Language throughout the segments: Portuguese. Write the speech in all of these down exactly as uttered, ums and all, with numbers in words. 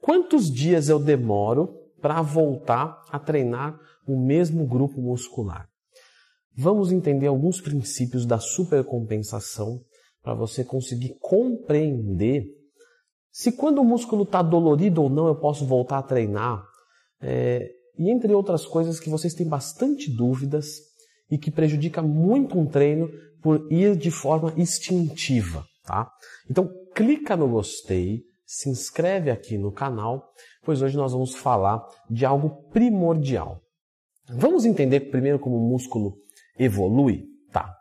Quantos dias eu demoro para voltar a treinar o mesmo grupo muscular? Vamos entender alguns princípios da supercompensação para você conseguir compreender se quando o músculo está dolorido ou não eu posso voltar a treinar. É, e entre outras coisas que vocês têm bastante dúvidas e que prejudica muito um treino por ir de forma instintiva, tá? Então clica no gostei, se inscreve aqui no canal, pois hoje nós vamos falar de algo primordial. Vamos entender primeiro como o músculo evolui? Tá.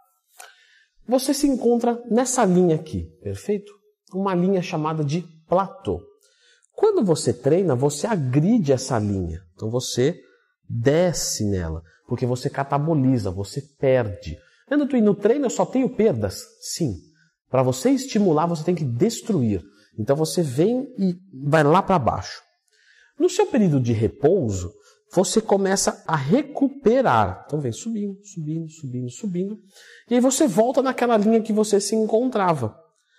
Você se encontra nessa linha aqui, perfeito? Uma linha chamada de platô. Quando você treina, você agride essa linha. Então você desce nela, porque você cataboliza, você perde. Leandro Twin, no treino eu só tenho perdas? Sim. Para você estimular, você tem que destruir. Então você vem e vai lá para baixo. No seu período de repouso, você começa a recuperar. Então vem subindo, subindo, subindo, subindo. E aí você volta naquela linha que você se encontrava.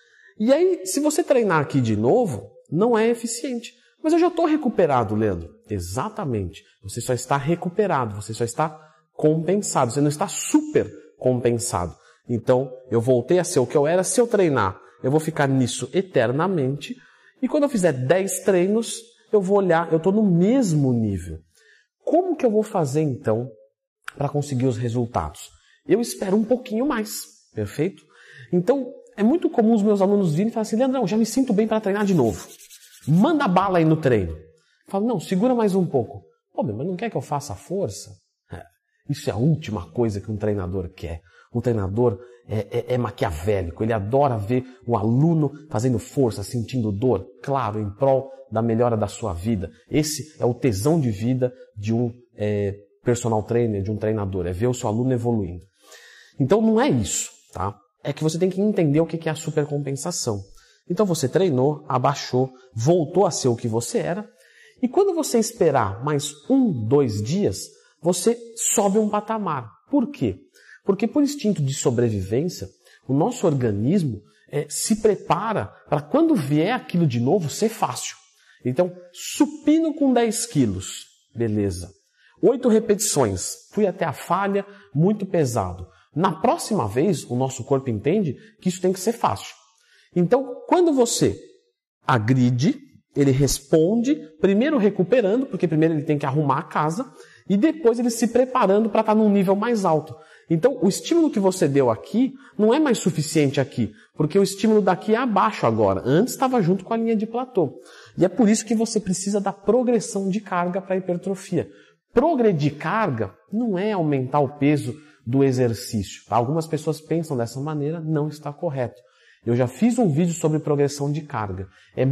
E aí, se você treinar aqui de novo, não é eficiente. Mas eu já estou recuperado, Leandro. Exatamente. Você só está recuperado, você só está compensado. Você não está super compensado. Então, eu voltei a ser o que eu era. Se eu treinar, eu vou ficar nisso eternamente. E quando eu fizer dez treinos, eu vou olhar, eu estou no mesmo nível. Como que eu vou fazer, então, para conseguir os resultados? Eu espero um pouquinho mais, perfeito? Então, é muito comum os meus alunos virem e falarem assim, Leandrão, já me sinto bem para treinar de novo. Manda bala aí no treino. Eu falo, não, segura mais um pouco. Pô, mas não quer que eu faça força? É, isso é a última coisa que um treinador quer. Um treinador é, é, é maquiavélico, ele adora ver o aluno fazendo força, sentindo dor, claro, em prol da melhora da sua vida. Esse é o tesão de vida de um é, personal trainer, de um treinador, é ver o seu aluno evoluindo. Então não é isso, tá? É que você tem que entender o que é a supercompensação. Então você treinou, abaixou, voltou a ser o que você era, e quando você esperar mais um, dois dias, você sobe um patamar. Por quê? Porque por instinto de sobrevivência, o nosso organismo é, se prepara para quando vier aquilo de novo ser fácil. Então, supino com dez quilos, beleza. Oito repetições, fui até a falha, muito pesado. Na próxima vez, o nosso corpo entende que isso tem que ser fácil. Então, quando você agride, ele responde, primeiro recuperando, porque primeiro ele tem que arrumar a casa, e depois ele se preparando para estar num nível mais alto. Então, o estímulo que você deu aqui não é mais suficiente aqui, porque o estímulo daqui é abaixo agora. Antes estava junto com a linha de platô. E é por isso que você precisa da progressão de carga para a hipertrofia. Progredir carga não é aumentar o peso do exercício. Algumas pessoas pensam dessa maneira, não está correto. Eu já fiz um vídeo sobre progressão de carga. É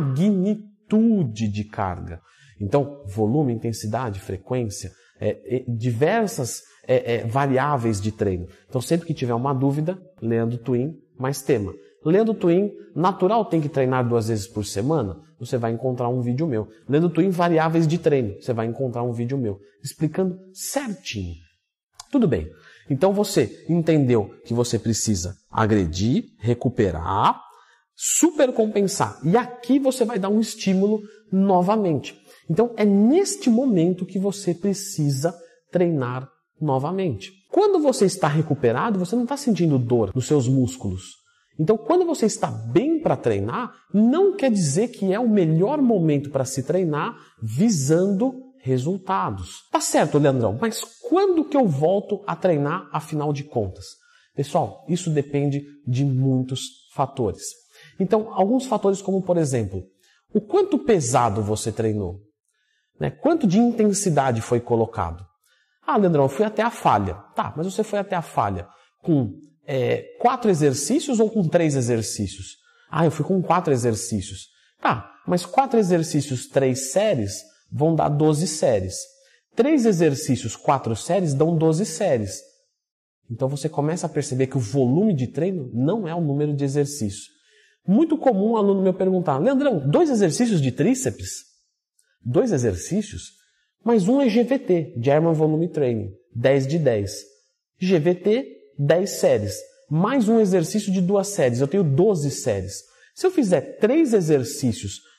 magnitude de carga. Então, volume, intensidade, frequência, é, é, diversas é, é, variáveis de treino. Então, sempre que tiver uma dúvida, Leandro Twin, mais tema. Leandro Twin, natural tem que treinar duas vezes por semana? Você vai encontrar um vídeo meu. Leandro Twin, variáveis de treino. Você vai encontrar um vídeo meu, explicando certinho. Tudo bem. Então, você entendeu que você precisa agredir, recuperar, supercompensar. E aqui você vai dar um estímulo novamente. Então, é neste momento que você precisa treinar novamente. Quando você está recuperado, você não está sentindo dor nos seus músculos. Então, quando você está bem para treinar, não quer dizer que é o melhor momento para se treinar visando resultados. Tá certo, Leandrão, mas quando que eu volto a treinar, afinal de contas? Pessoal, isso depende de muitos fatores. Então, alguns fatores como, por exemplo, o quanto pesado você treinou? Né? Quanto de intensidade foi colocado? Ah, Leandrão, eu fui até a falha. Tá, mas você foi até a falha com é, quatro exercícios ou com três exercícios? Ah, eu fui com quatro exercícios. Tá, mas quatro exercícios, três séries, vão dar doze séries. Três exercícios, quatro séries, dão doze séries. Então você começa a perceber que o volume de treino não é o número de exercícios. Muito comum um aluno meu perguntar, Leandrão, dois exercícios de tríceps? Dois exercícios? Mas um é G V T, German Volume Training, dez de dez. G V T, dez séries. Mais um exercício de duas séries, eu tenho doze séries. Se eu fizer três exercícios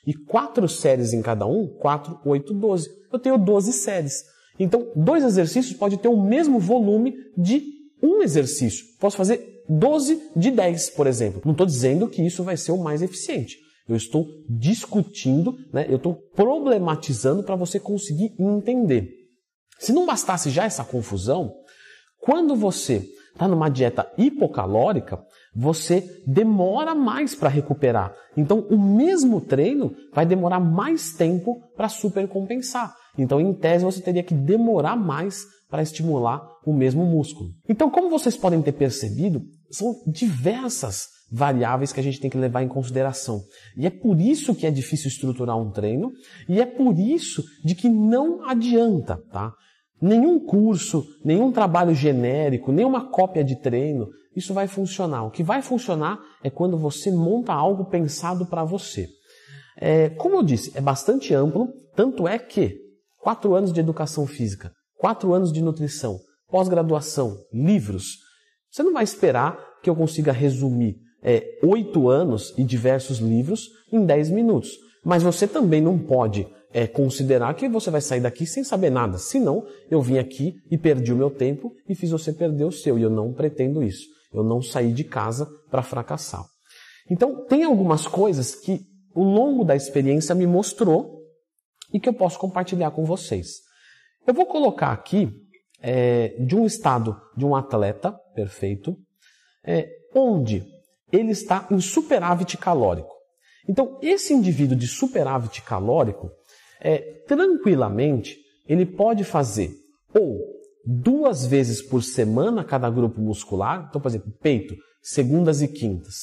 E quatro séries em cada um, quatro, oito, doze. Eu tenho doze séries. Então, dois exercícios podem ter o mesmo volume de um exercício. Posso fazer doze de dez, por exemplo. Não estou dizendo que isso vai ser o mais eficiente. Eu estou discutindo, né? Eu estou problematizando para você conseguir entender. Se não bastasse já essa confusão, quando você está numa dieta hipocalórica, você demora mais para recuperar. Então, o mesmo treino vai demorar mais tempo para supercompensar. Então, em tese, você teria que demorar mais para estimular o mesmo músculo. Então, como vocês podem ter percebido, são diversas variáveis que a gente tem que levar em consideração. E é por isso que é difícil estruturar um treino, e é por isso de que não adianta, tá? Nenhum curso, nenhum trabalho genérico, nenhuma cópia de treino, isso vai funcionar. O que vai funcionar é quando você monta algo pensado para você. É, como eu disse, é bastante amplo, tanto é que quatro anos de educação física, quatro anos de nutrição, pós-graduação, livros, você não vai esperar que eu consiga resumir é, oito anos e diversos livros em dez minutos. Mas você também não pode é, considerar que você vai sair daqui sem saber nada. Senão, eu vim aqui e perdi o meu tempo e fiz você perder o seu. E eu não pretendo isso. Eu não saí de casa para fracassar. Então, tem algumas coisas que o longo da experiência me mostrou e que eu posso compartilhar com vocês. Eu vou colocar aqui é, de um estado de um atleta perfeito, é, onde ele está em superávit calórico. Então, esse indivíduo de superávit calórico, é, tranquilamente, ele pode fazer ou duas vezes por semana cada grupo muscular, então, por exemplo, peito, segundas e quintas,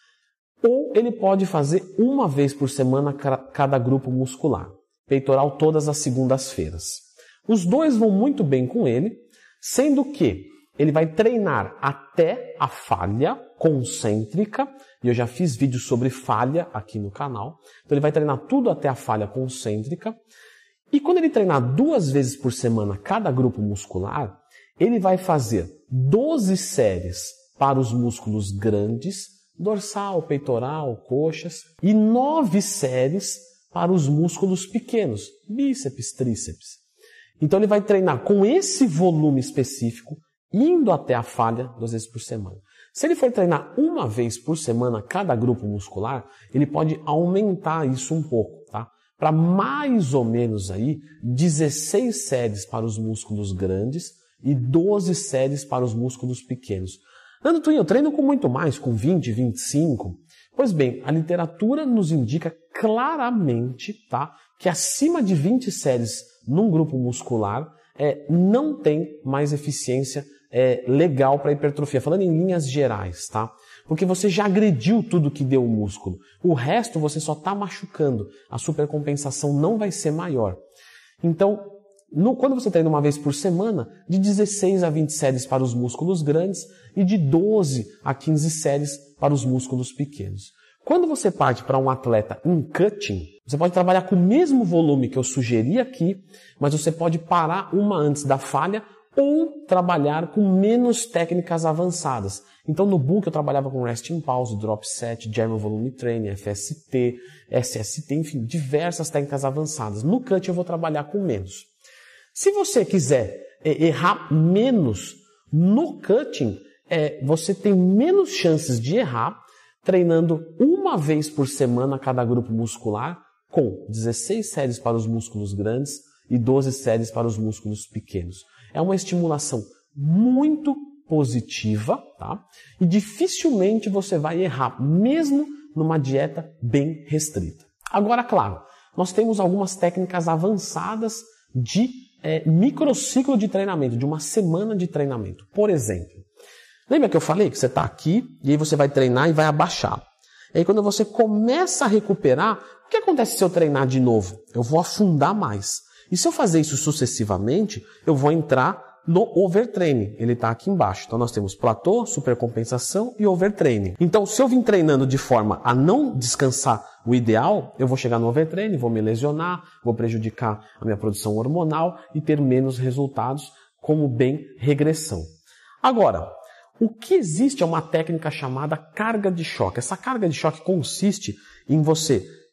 ou ele pode fazer uma vez por semana cada grupo muscular, peitoral todas as segundas-feiras. Os dois vão muito bem com ele, sendo que ele vai treinar até a falha concêntrica, e eu já fiz vídeos sobre falha aqui no canal, então ele vai treinar tudo até a falha concêntrica, e quando ele treinar duas vezes por semana cada grupo muscular, ele vai fazer doze séries para os músculos grandes, dorsal, peitoral, coxas, e nove séries para os músculos pequenos, bíceps, tríceps. Então ele vai treinar com esse volume específico, indo até a falha duas vezes por semana. Se ele for treinar uma vez por semana cada grupo muscular, ele pode aumentar isso um pouco, tá? Para mais ou menos aí dezesseis séries para os músculos grandes e doze séries para os músculos pequenos. Nando Twin, eu treino com muito mais, com vinte, vinte e cinco. Pois bem, a literatura nos indica claramente, tá, que acima de vinte séries num grupo muscular é, não tem mais eficiência é, legal para hipertrofia. Falando em linhas gerais, tá? Porque você já agrediu tudo que deu o músculo. O resto você só está machucando. A supercompensação não vai ser maior. Então, no, quando você treina uma vez por semana, de dezesseis a vinte séries para os músculos grandes e de doze a quinze séries para os músculos pequenos. Quando você parte para um atleta em cutting, você pode trabalhar com o mesmo volume que eu sugeri aqui, mas você pode parar uma antes da falha ou trabalhar com menos técnicas avançadas. Então no bulk eu trabalhava com resting pause, drop set, German volume training, F S T, S S T, enfim, diversas técnicas avançadas. No cutting eu vou trabalhar com menos. Se você quiser errar menos no cutting, é, você tem menos chances de errar treinando uma vez por semana cada grupo muscular, com dezesseis séries para os músculos grandes e doze séries para os músculos pequenos. É uma estimulação muito positiva, tá? E dificilmente você vai errar, mesmo numa dieta bem restrita. Agora, claro, nós temos algumas técnicas avançadas de é, microciclo de treinamento, de uma semana de treinamento. Por exemplo, lembra que eu falei que você está aqui e aí você vai treinar e vai abaixar? E aí quando você começa a recuperar, o que acontece se eu treinar de novo? Eu vou afundar mais. E se eu fazer isso sucessivamente, eu vou entrar no overtraining. Ele está aqui embaixo. Então nós temos platô, supercompensação e overtraining. Então se eu vim treinando de forma a não descansar o ideal, eu vou chegar no overtraining, vou me lesionar, vou prejudicar a minha produção hormonal e ter menos resultados, como bem regressão. Agora, o que existe é uma técnica chamada carga de choque. Essa carga de choque consiste em você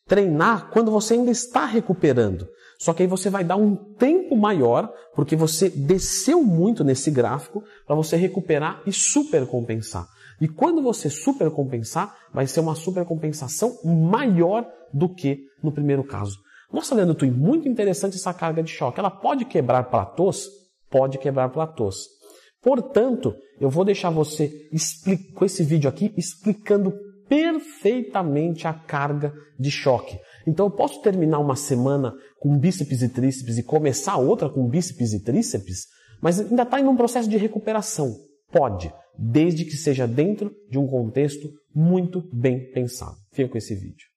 treinar quando você ainda está recuperando. Só que aí você vai dar um tempo maior, porque você desceu muito nesse gráfico, para você recuperar e supercompensar. E quando você supercompensar, vai ser uma supercompensação maior do que no primeiro caso. Nossa, Leandro Twin, muito interessante essa carga de choque. Ela pode quebrar platôs? Pode quebrar platôs. Portanto, eu vou deixar você com esse vídeo aqui explicando perfeitamente a carga de choque. Então eu posso terminar uma semana com bíceps e tríceps e começar outra com bíceps e tríceps, mas ainda está em um processo de recuperação. Pode, desde que seja dentro de um contexto muito bem pensado. Fica com esse vídeo.